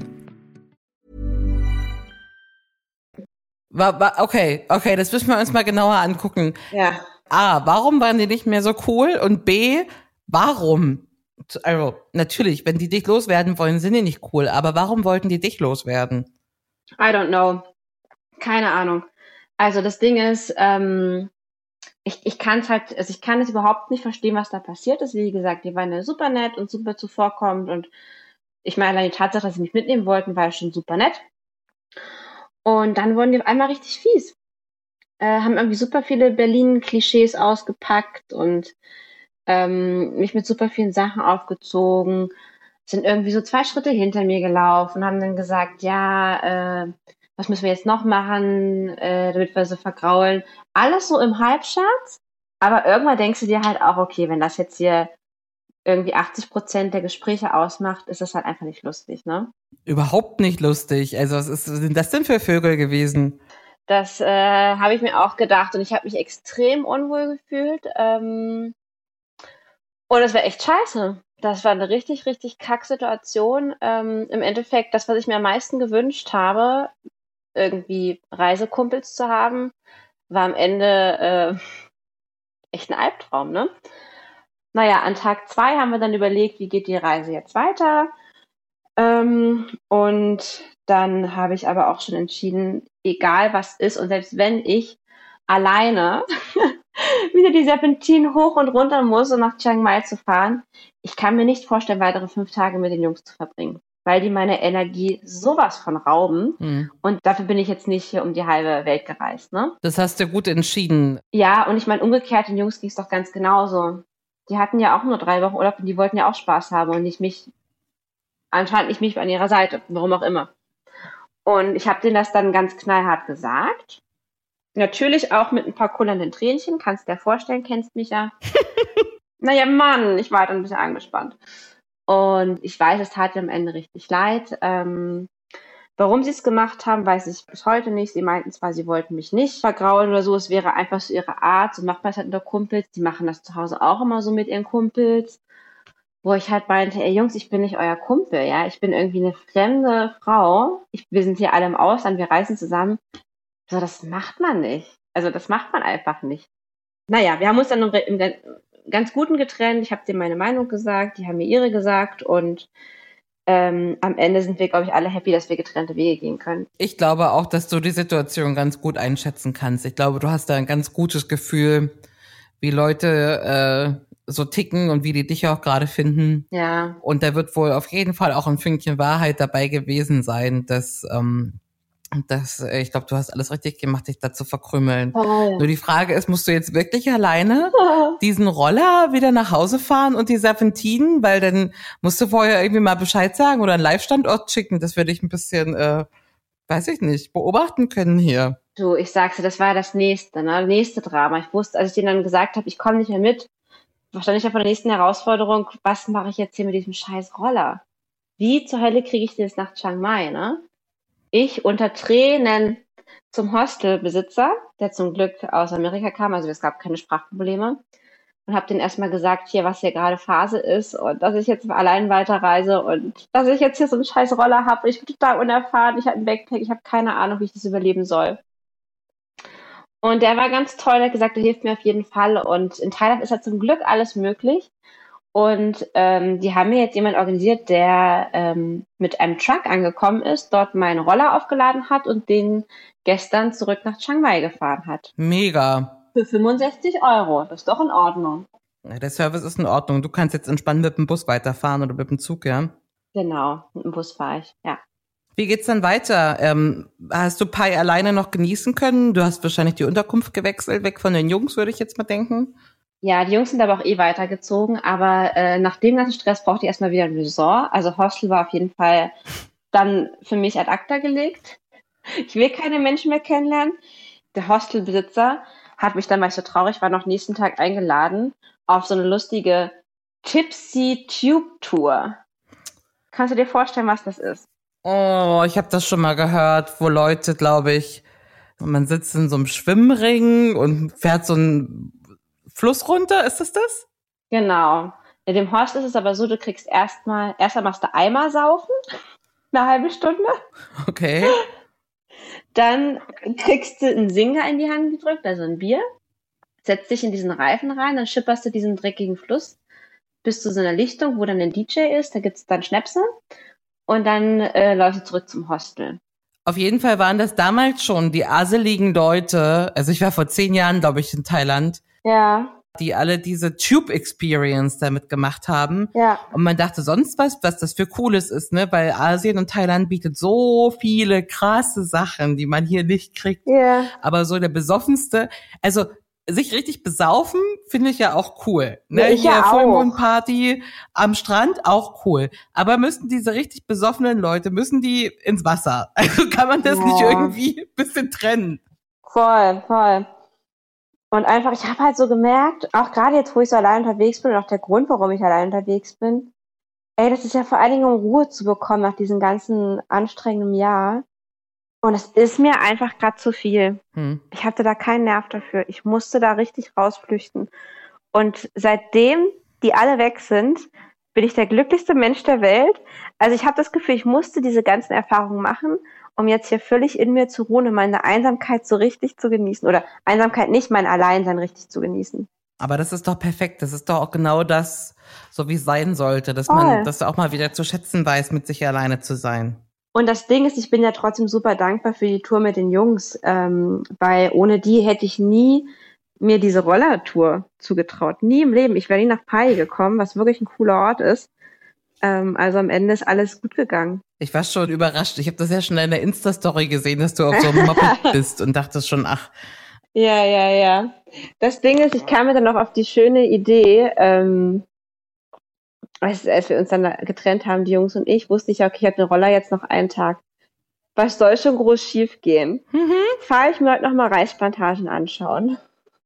S2: Okay, das müssen wir uns mal genauer angucken.
S3: Ja.
S2: A, warum waren die nicht mehr so cool? Und B, warum? Also, natürlich, wenn die dich loswerden wollen, sind die nicht cool. Aber warum wollten die dich loswerden?
S3: I don't know. Keine Ahnung. Also das Ding ist, ich kann es überhaupt nicht verstehen, was da passiert ist. Wie gesagt, die waren ja super nett und super zuvorkommend. Und ich meine, allein die Tatsache, dass sie mich mitnehmen wollten, war ja schon super nett. Und dann wurden die auf einmal richtig fies. Haben irgendwie super viele Berlin-Klischees ausgepackt und mich mit super vielen Sachen aufgezogen, sind irgendwie so 2 Schritte hinter mir gelaufen, haben dann gesagt, ja, was müssen wir jetzt noch machen, damit wir so vergraulen. Alles so im Halbscherz, aber irgendwann denkst du dir halt auch, okay, wenn das jetzt hier irgendwie 80% der Gespräche ausmacht, ist das halt einfach nicht lustig, ne?
S2: Überhaupt nicht lustig. Also was sind das denn für Vögel gewesen?
S3: Das habe ich mir auch gedacht und ich habe mich extrem unwohl gefühlt. Und es war echt scheiße. Das war eine richtig, richtig Kacksituation. Im Endeffekt, das, was ich mir am meisten gewünscht habe, irgendwie Reisekumpels zu haben, war am Ende echt ein Albtraum, ne? Naja, an Tag 2 haben wir dann überlegt, wie geht die Reise jetzt weiter. Und dann habe ich aber auch schon entschieden, egal was ist und selbst wenn ich alleine wieder die Serpentinen hoch und runter muss, um nach Chiang Mai zu fahren, ich kann mir nicht vorstellen, weitere 5 Tage mit den Jungs zu verbringen, weil die meine Energie sowas von rauben. Und dafür bin ich jetzt nicht hier um die halbe Welt gereist, ne?
S2: Das hast du gut entschieden.
S3: Ja, und ich meine, umgekehrt, den Jungs ging es doch ganz genauso. Die hatten ja auch nur 3 Wochen Urlaub und die wollten ja auch Spaß haben und anscheinend nicht mich an ihrer Seite, warum auch immer. Und ich habe denen das dann ganz knallhart gesagt. Natürlich auch mit ein paar kullernden Tränchen, kannst dir vorstellen, kennst mich ja. Naja, Mann, ich war dann ein bisschen angespannt. Und ich weiß, es tat mir am Ende richtig leid. Warum sie es gemacht haben, weiß ich bis heute nicht. Sie meinten zwar, sie wollten mich nicht vergraulen oder so, es wäre einfach so ihre Art, so macht man es halt unter Kumpels. Die machen das zu Hause auch immer so mit ihren Kumpels. Wo ich halt meinte, ey Jungs, ich bin nicht euer Kumpel, ja. Ich bin irgendwie eine fremde Frau. Wir sind hier alle im Ausland, wir reisen zusammen. So, das macht man nicht. Also das macht man einfach nicht. Naja, wir haben uns dann im ganz Guten getrennt. Ich habe denen meine Meinung gesagt, die haben mir ihre gesagt und am Ende sind wir, glaube ich, alle happy, dass wir getrennte Wege gehen können.
S2: Ich glaube auch, dass du die Situation ganz gut einschätzen kannst. Ich glaube, du hast da ein ganz gutes Gefühl, wie Leute so ticken und wie die dich auch gerade finden.
S3: Ja.
S2: Und da wird wohl auf jeden Fall auch ein Fünkchen Wahrheit dabei gewesen sein, dass ich glaube, du hast alles richtig gemacht, dich da zu verkrümeln.
S3: Oh.
S2: Nur die Frage ist, musst du jetzt wirklich alleine diesen Roller wieder nach Hause fahren und die Serpentinen? Weil dann musst du vorher irgendwie mal Bescheid sagen oder einen Live-Standort schicken, dass wir dich ein bisschen, weiß ich nicht, beobachten können hier.
S3: Du, ich sag's dir, das war das nächste, ne? Das nächste Drama. Ich wusste, als ich denen dann gesagt habe, ich komme nicht mehr mit, wahrscheinlich vor der nächsten Herausforderung, was mache ich jetzt hier mit diesem scheiß Roller? Wie zur Hölle kriege ich den jetzt nach Chiang Mai, ne? Ich unter Tränen zum Hostelbesitzer, der zum Glück aus Amerika kam, also es gab keine Sprachprobleme, und habe denen erstmal gesagt, hier, was hier gerade Phase ist und dass ich jetzt allein weiterreise und dass ich jetzt hier so einen scheiß Roller habe. Ich bin total unerfahren, ich habe einen Backpack, ich habe keine Ahnung, wie ich das überleben soll. Und der war ganz toll, der hat gesagt, der hilft mir auf jeden Fall. Und in Thailand ist ja zum Glück alles möglich. Und die haben mir jetzt jemand organisiert, der mit einem Truck angekommen ist, dort meinen Roller aufgeladen hat und den gestern zurück nach Chiang Mai gefahren hat.
S2: Mega.
S3: Für 65 €. Das ist doch in Ordnung.
S2: Ja, der Service ist in Ordnung. Du kannst jetzt entspannt mit dem Bus weiterfahren oder mit dem Zug, ja?
S3: Genau, mit dem Bus fahre ich, ja.
S2: Wie geht's dann weiter? Hast du Pai alleine noch genießen können? Du hast wahrscheinlich die Unterkunft gewechselt, weg von den Jungs, würde ich jetzt mal denken.
S3: Ja, die Jungs sind aber auch weitergezogen, aber nach dem ganzen Stress brauchte ich erstmal wieder ein Resort. Also Hostel war auf jeden Fall dann für mich ad acta gelegt. Ich will keine Menschen mehr kennenlernen. Der Hostelbesitzer hat mich dann, weil ich so traurig war, noch nächsten Tag eingeladen auf so eine lustige Tipsy Tube Tour. Kannst du dir vorstellen, was das ist?
S2: Oh, ich habe das schon mal gehört, wo Leute, glaube ich, man sitzt in so einem Schwimmring und fährt so einen Fluss runter. Ist das?
S3: Genau. In dem Hostel ist es aber so, du kriegst erstmal machst du Eimer saufen, eine halbe Stunde.
S2: Okay.
S3: Dann kriegst du einen Singer in die Hand gedrückt, also ein Bier, setzt dich in diesen Reifen rein, dann schipperst du diesen dreckigen Fluss bis zu so einer Lichtung, wo dann ein DJ ist, da gibt's dann Schnäpse und dann läufst du zurück zum Hostel.
S2: Auf jeden Fall waren das damals schon die aseligen Leute, also ich war vor 10 Jahren, glaube ich, in Thailand,
S3: Ja,
S2: die alle diese Tube-Experience damit gemacht haben.
S3: ja.
S2: Und man dachte sonst was das für Cooles ist, ne? Weil Asien und Thailand bietet so viele krasse Sachen, die man hier nicht kriegt.
S3: Ja.
S2: Aber so der besoffenste, also sich richtig besaufen, finde ich ja auch cool. Ne?
S3: Ja, ich ja
S2: Hier
S3: auch.
S2: Full Moon Party am Strand, auch cool. Aber müssen diese richtig besoffenen Leute, müssen die ins Wasser? Also kann man das nicht irgendwie ein bisschen trennen?
S3: Voll. Und einfach, ich habe halt so gemerkt, auch gerade jetzt, wo ich so allein unterwegs bin und auch der Grund, warum ich allein unterwegs bin, das ist ja vor allen Dingen, um Ruhe zu bekommen nach diesem ganzen anstrengenden Jahr. Und es ist mir einfach gerade zu viel. Ich hatte da keinen Nerv dafür. Ich musste da richtig rausflüchten. Und seitdem die alle weg sind, bin ich der glücklichste Mensch der Welt. Also ich habe das Gefühl, ich musste diese ganzen Erfahrungen machen, um jetzt hier völlig in mir zu ruhen und meine Einsamkeit so richtig zu genießen. Oder Einsamkeit nicht, mein Alleinsein richtig zu genießen.
S2: Aber das ist doch perfekt. Das ist doch auch genau das, so wie es sein sollte, dass
S3: Voll.
S2: man das auch mal wieder zu schätzen weiß, mit sich alleine zu sein.
S3: Und das Ding ist, ich bin ja trotzdem super dankbar für die Tour mit den Jungs, weil ohne die hätte ich nie mir diese Rollertour zugetraut. Nie im Leben. Ich wäre nie nach Pai gekommen, was wirklich ein cooler Ort ist. Also am Ende ist alles gut gegangen.
S2: Ich war schon überrascht. Ich habe das ja schon in der Insta-Story gesehen, dass du auf so einem Moped bist und dachte schon, ach.
S3: Ja. Das Ding ist, ich kam mir dann noch auf die schöne Idee, als wir uns dann getrennt haben, die Jungs und ich, wusste ich, okay, ich habe den Roller jetzt noch einen Tag. Was soll schon groß schief gehen? Fahre ich mir heute noch mal Reisplantagen anschauen.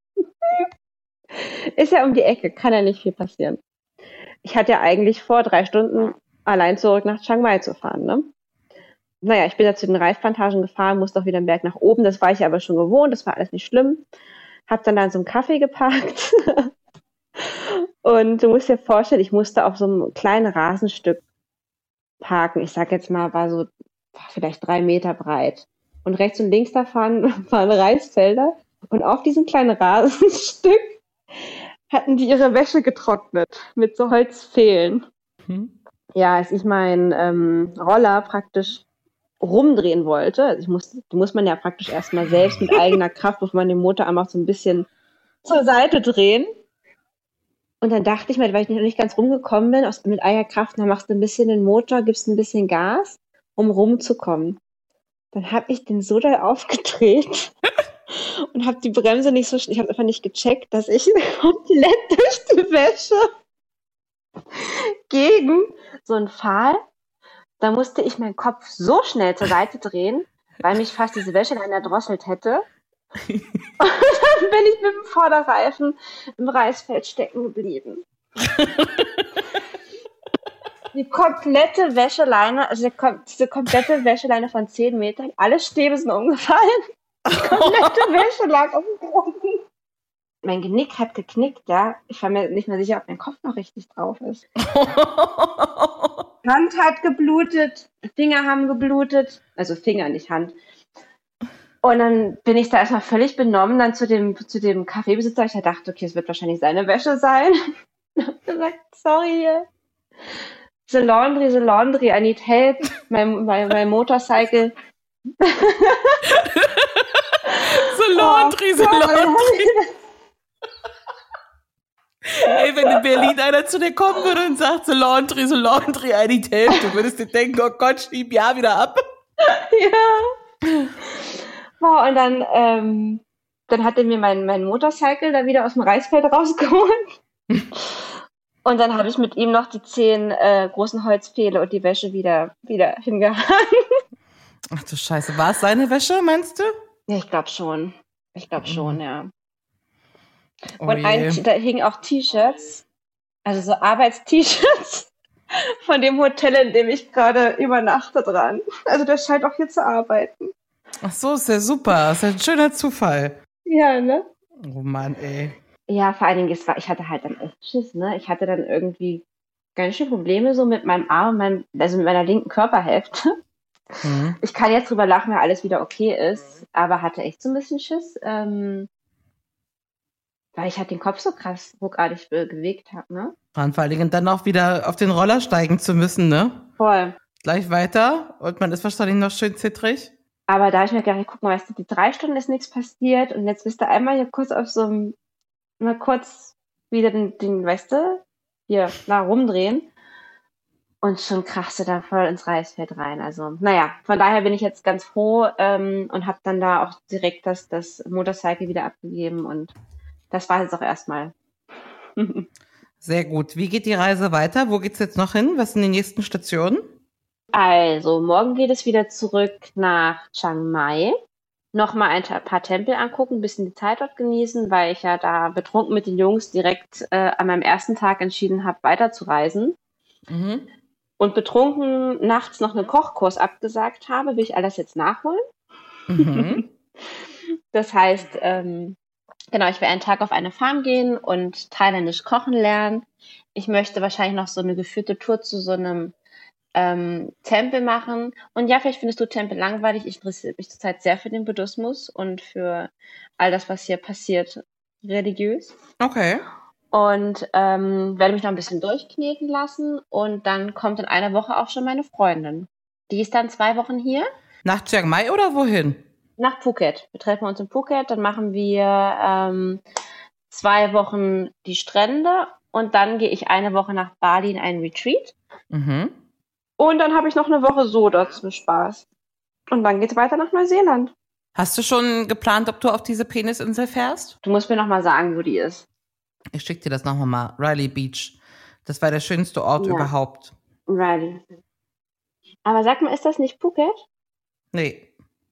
S3: Ist ja um die Ecke, kann ja nicht viel passieren. Ich hatte ja eigentlich vor, 3 Stunden allein zurück nach Chiang Mai zu fahren, ne? Naja, ich bin da zu den Reisplantagen gefahren, musste auch wieder einen Berg nach oben, das war ich aber schon gewohnt, das war alles nicht schlimm. Hab dann da in so einem Café geparkt. Und du musst dir vorstellen, ich musste auf so einem kleinen Rasenstück parken. Ich sag jetzt mal, war so vielleicht 3 Meter breit. Und rechts und links davon waren Reisfelder. Und auf diesem kleinen Rasenstück hatten die ihre Wäsche getrocknet mit so Holzpfählen. Ja, als ich meinen Roller praktisch rumdrehen wollte, also die muss man ja praktisch erstmal selbst mit eigener Kraft, bevor man den Motor einfach so ein bisschen zur Seite drehen. Und dann dachte ich mir, weil ich noch nicht ganz rumgekommen bin, mit eigener Kraft, dann machst du ein bisschen den Motor, gibst ein bisschen Gas, um rumzukommen. Dann habe ich den so doll aufgedreht und habe die Bremse nicht so, ich habe einfach nicht gecheckt, dass ich komplett durch die Wäsche gegen so einen Pfahl, da musste ich meinen Kopf so schnell zur Seite drehen, weil mich fast diese Wäsche dann erdrosselt hätte. Und dann bin ich mit dem Vorderreifen im Reisfeld stecken geblieben. Die komplette Wäscheleine, also diese komplette Wäscheleine von 10 Metern, alle Stäbe sind umgefallen. Die komplette Wäsche lag auf dem Boden. Mein Genick hat geknickt, ja. Ich war mir nicht mehr sicher, ob mein Kopf noch richtig drauf ist. Hand hat geblutet, Finger haben geblutet. Also Finger, nicht Hand. Und dann bin ich da erstmal völlig benommen dann zu dem Kaffeebesitzer. Ich dachte, okay, es wird wahrscheinlich seine Wäsche sein. Und hab gesagt, sorry. The laundry, I need help. My motorcycle.
S2: The laundry. Ey, wenn in Berlin einer zu dir kommen würde und sagt, the laundry, I need help, du würdest dir denken, oh Gott, schieb ja wieder ab.
S3: Ja. Wow, und dann hat er mir mein Motorcycle da wieder aus dem Reisfeld rausgeholt. Und dann habe ich mit ihm noch die 10 großen Holzpfähle und die Wäsche wieder hingehangen.
S2: Ach du Scheiße, war es seine Wäsche, meinst du?
S3: Ja, ich glaube schon. Ja.
S2: Oh
S3: Und
S2: je.
S3: da hingen auch T-Shirts, also so Arbeits-T-Shirts von dem Hotel, in dem ich gerade übernachte dran. Also der scheint auch hier zu arbeiten.
S2: Ach so, ist ja super. Ist ja ein schöner Zufall.
S3: Ja, ne?
S2: Oh Mann, ey.
S3: Ja, vor allen Dingen, ich hatte halt dann echt Schiss, ne? Ich hatte dann irgendwie ganz schön Probleme so mit meinem Arm, also mit meiner linken Körperhälfte.
S2: Mhm.
S3: Ich kann jetzt drüber lachen, weil alles wieder okay ist, aber hatte echt so ein bisschen Schiss, weil ich halt den Kopf so krass ruckartig bewegt habe, ne?
S2: Und vor allen Dingen dann auch wieder auf den Roller steigen zu müssen, ne?
S3: Voll.
S2: Gleich weiter und man ist wahrscheinlich noch schön zittrig.
S3: Aber da habe ich mir gedacht, guck mal, weißt du, die 3 Stunden ist nichts passiert und jetzt bist du einmal hier kurz auf so einem, mal kurz wieder den weißt du, hier rumdrehen und schon krachst du da voll ins Reisfeld rein. Also, naja, von daher bin ich jetzt ganz froh und habe dann da auch direkt das Motorcycle wieder abgegeben und das war jetzt auch erstmal.
S2: Sehr gut. Wie geht die Reise weiter? Wo geht's jetzt noch hin? Was sind die nächsten Stationen?
S3: Also, morgen geht es wieder zurück nach Chiang Mai. Nochmal ein paar Tempel angucken, ein bisschen die Zeit dort genießen, weil ich ja da betrunken mit den Jungs direkt an meinem ersten Tag entschieden habe, weiterzureisen.
S2: Mhm.
S3: Und betrunken nachts noch einen Kochkurs abgesagt habe, will ich alles jetzt nachholen.
S2: Mhm.
S3: Das heißt, genau, ich werde einen Tag auf eine Farm gehen und thailändisch kochen lernen. Ich möchte wahrscheinlich noch so eine geführte Tour zu so einem Tempel machen. Und ja, vielleicht findest du Tempel langweilig. Ich interessiere mich zurzeit sehr für den Buddhismus und für all das, was hier passiert, religiös.
S2: Okay.
S3: Und werde mich noch ein bisschen durchkneten lassen. Und dann kommt in einer Woche auch schon meine Freundin. Die ist dann 2 Wochen hier.
S2: Nach Chiang Mai oder wohin?
S3: Nach Phuket. Wir treffen uns in Phuket. Dann machen wir 2 Wochen die Strände. Und dann gehe ich eine Woche nach Bali in einen Retreat.
S2: Mhm.
S3: Und dann habe ich noch eine Woche so dort zum Spaß. Und dann geht's weiter nach Neuseeland.
S2: Hast du schon geplant, ob du auf diese Penisinsel fährst?
S3: Du musst mir noch mal sagen, wo die ist.
S2: Ich schicke dir das nochmal mal. Riley Beach. Das war der schönste Ort
S3: Ja.
S2: überhaupt.
S3: Riley. Aber sag mal, ist das nicht Phuket?
S2: Nee.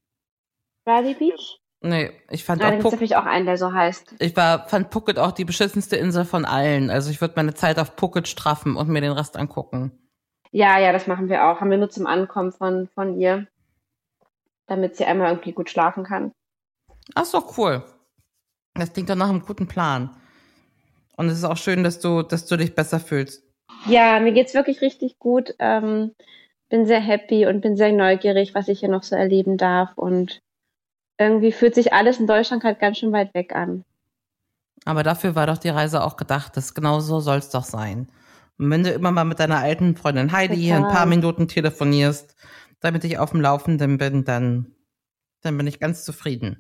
S3: Riley Beach?
S2: Nee, ich fand
S3: Da
S2: auch
S3: gibt es
S2: Phuket.
S3: natürlich auch einen, der so heißt.
S2: Fand Phuket auch die beschissenste Insel von allen. Also ich würde meine Zeit auf Phuket straffen und mir den Rest angucken.
S3: Ja, das machen wir auch. Haben wir nur zum Ankommen von ihr. Damit sie einmal irgendwie gut schlafen kann.
S2: Ach so, cool. Das klingt doch nach einem guten Plan. Und es ist auch schön, dass du dich besser fühlst.
S3: Ja, mir geht's wirklich richtig gut. Bin sehr happy und bin sehr neugierig, was ich hier noch so erleben darf. Und irgendwie fühlt sich alles in Deutschland halt ganz schön weit weg an.
S2: Aber dafür war doch die Reise auch gedacht. Genau so soll es doch sein. Und wenn du immer mal mit deiner alten Freundin Heidi hier ein
S3: Total.
S2: paar Minuten telefonierst, damit ich auf dem Laufenden bin, dann bin ich ganz zufrieden.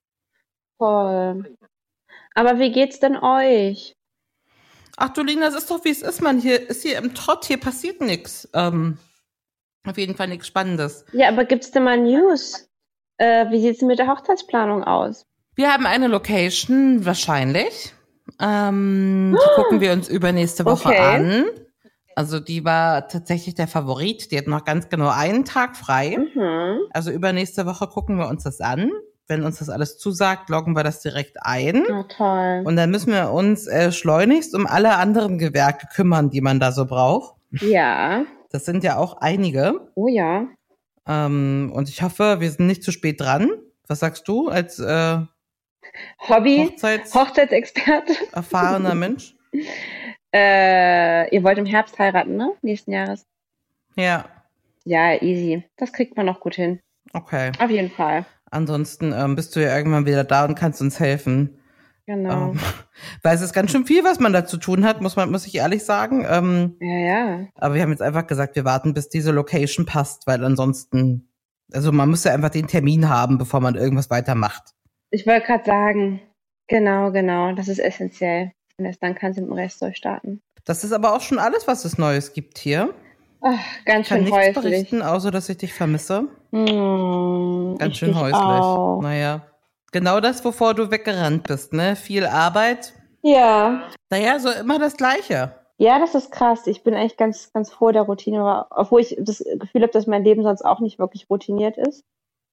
S3: Voll. Aber wie geht's denn euch?
S2: Ach du Lina, das ist doch wie es ist, man. Hier ist hier im Trott, hier passiert nichts. Auf jeden Fall nichts Spannendes.
S3: Ja, aber gibt's denn mal News? Wie sieht's denn mit der Hochzeitsplanung aus?
S2: Wir haben eine Location, wahrscheinlich. Die gucken wir uns übernächste Woche
S3: Okay.
S2: an. Also die war tatsächlich der Favorit. Die hat noch ganz genau einen Tag frei.
S3: Mhm.
S2: Also übernächste Woche gucken wir uns das an. Wenn uns das alles zusagt, loggen wir das direkt ein.
S3: Na toll.
S2: Und dann müssen wir uns schleunigst um alle anderen Gewerke kümmern, die man da so braucht.
S3: Ja.
S2: Das sind ja auch einige.
S3: Oh ja.
S2: Und ich hoffe, wir sind nicht zu spät dran. Was sagst du als
S3: Hobby?
S2: hochzeitserfahrener
S3: Hochzeitsexperte?
S2: Mensch?
S3: Ihr wollt im Herbst heiraten, ne? Nächsten Jahres.
S2: Ja,
S3: Ja, easy. Das kriegt man noch gut hin.
S2: okay.
S3: Auf jeden Fall.
S2: Ansonsten bist du ja irgendwann wieder da und kannst uns helfen.
S3: Genau.
S2: Weil es ist ganz schön viel, was man da zu tun hat, muss ich ehrlich sagen.
S3: Ja.
S2: Aber wir haben jetzt einfach gesagt, wir warten, bis diese Location passt, weil ansonsten, also man muss ja einfach den Termin haben, bevor man irgendwas weitermacht.
S3: Ich wollte gerade sagen, genau. Das ist essentiell. Und erst dann kannst du mit dem Rest durchstarten.
S2: Das ist aber auch schon alles, was es Neues gibt hier.
S3: Ach, ganz
S2: Ich kann
S3: schön
S2: nichts
S3: häuslich.
S2: berichten, außer dass ich dich vermisse. Ganz
S3: Ich
S2: schön
S3: dich
S2: häuslich.
S3: auch.
S2: Naja. Genau das, wovor du weggerannt bist, ne? Viel Arbeit.
S3: Ja.
S2: Naja, so immer das Gleiche.
S3: Ja, das ist krass. Ich bin eigentlich ganz, ganz froh der Routine war, obwohl ich das Gefühl habe, dass mein Leben sonst auch nicht wirklich routiniert ist.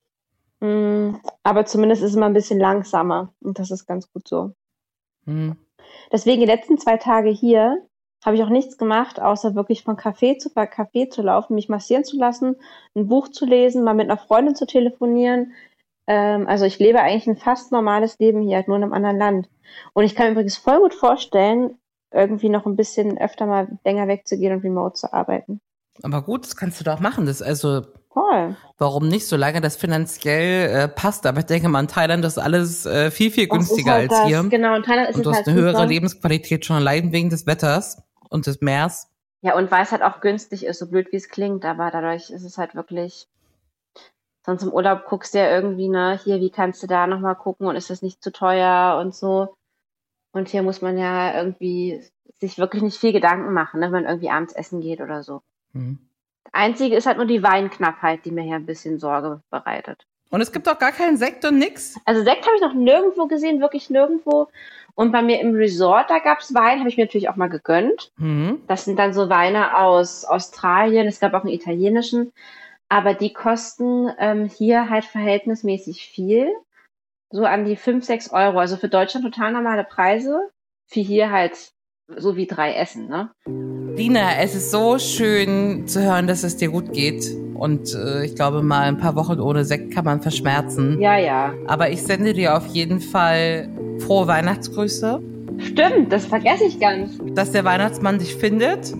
S3: Aber zumindest ist es immer ein bisschen langsamer und das ist ganz gut so. Deswegen die letzten 2 Tage hier habe ich auch nichts gemacht, außer wirklich von Café zu laufen, mich massieren zu lassen, ein Buch zu lesen, mal mit einer Freundin zu telefonieren. Also ich lebe eigentlich ein fast normales Leben hier, halt nur in einem anderen Land. Und ich kann mir übrigens voll gut vorstellen, irgendwie noch ein bisschen öfter mal länger wegzugehen und remote zu arbeiten.
S2: Aber gut, das kannst du doch machen. Das also
S3: Voll.
S2: Warum nicht, solange das finanziell passt. Aber ich denke mal, in Thailand ist alles viel, viel günstiger
S3: halt
S2: als hier.
S3: Genau, in Thailand ist
S2: und
S3: es
S2: du hast
S3: halt
S2: eine höhere
S3: super.
S2: Lebensqualität schon allein wegen des Wetters und des Meers.
S3: Ja, und weil es halt auch günstig ist, so blöd wie es klingt, aber dadurch ist es halt wirklich, sonst im Urlaub guckst du ja irgendwie, ne, hier, wie kannst du da nochmal gucken und ist das nicht zu teuer und so. Und hier muss man ja irgendwie sich wirklich nicht viel Gedanken machen, ne, wenn man irgendwie abends essen geht oder so. Das Einzige ist halt nur die Weinknappheit, die mir hier ein bisschen Sorge bereitet.
S2: Und es gibt auch gar keinen Sekt und nix?
S3: Also Sekt habe ich noch nirgendwo gesehen, wirklich nirgendwo. Und bei mir im Resort, da gab es Wein, habe ich mir natürlich auch mal gegönnt. Das sind dann so Weine aus Australien, es gab auch einen italienischen. Aber die kosten hier halt verhältnismäßig viel. So an die 5-6 Euro. Also für Deutschland total normale Preise. Für hier halt so wie 3 Essen, ne?
S2: Lina, es ist so schön zu hören, dass es dir gut geht. Und ich glaube mal, ein paar Wochen ohne Sekt kann man verschmerzen.
S3: Ja, ja.
S2: Aber ich sende dir auf jeden Fall frohe Weihnachtsgrüße.
S3: Stimmt, das vergesse ich ganz.
S2: Dass der Weihnachtsmann dich findet.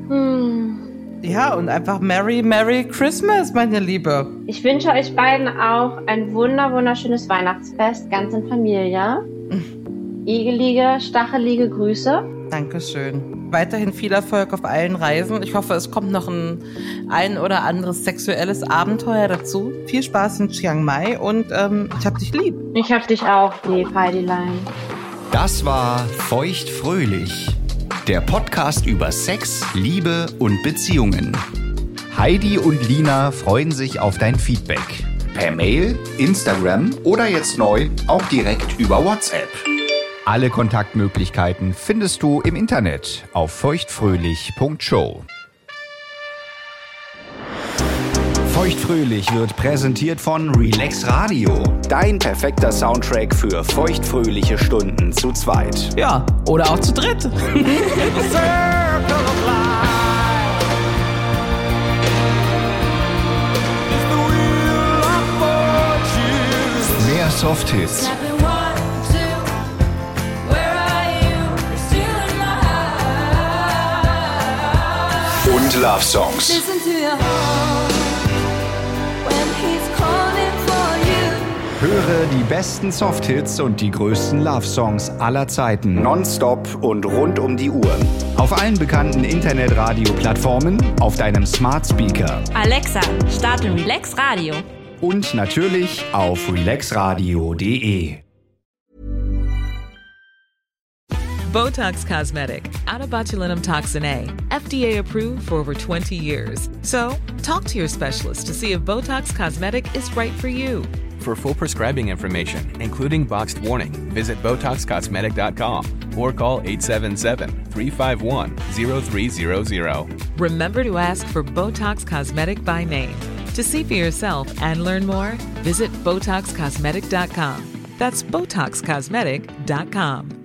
S2: Ja, und einfach Merry, Merry Christmas, meine Liebe.
S3: Ich wünsche euch beiden auch ein wunderschönes Weihnachtsfest, ganz in Familie. Igelige, stachelige Grüße.
S2: Dankeschön. Weiterhin viel Erfolg auf allen Reisen. Ich hoffe, es kommt noch ein oder anderes sexuelles Abenteuer dazu. Viel Spaß in Chiang Mai und ich hab dich lieb.
S3: Ich hab dich auch lieb, Heidilein.
S1: Das war Feuchtfröhlich, der Podcast über Sex, Liebe und Beziehungen. Heidi und Lina freuen sich auf dein Feedback. Per Mail, Instagram oder jetzt neu auch direkt über WhatsApp. Alle Kontaktmöglichkeiten findest du im Internet auf feuchtfröhlich.show. Feuchtfröhlich wird präsentiert von Relax Radio. Dein perfekter Soundtrack für feuchtfröhliche Stunden zu zweit.
S2: Ja, oder auch zu dritt.
S1: Mehr Softhits. Und Love Songs. Höre die besten Softhits und die größten Love Songs aller Zeiten nonstop und rund um die Uhr. Auf allen bekannten Internetradio-Plattformen, auf deinem Smart Speaker.
S7: Alexa, starte Relax Radio.
S1: Und natürlich auf relaxradio.de.
S5: Botox Cosmetic, out of botulinum toxin A, FDA approved for over 20 years. So, talk to your specialist to see if Botox Cosmetic is right for you.
S6: For full prescribing information, including boxed warning, visit BotoxCosmetic.com or call 877-351-0300.
S5: Remember to ask for Botox Cosmetic by name. To see for yourself and learn more, visit BotoxCosmetic.com. That's BotoxCosmetic.com.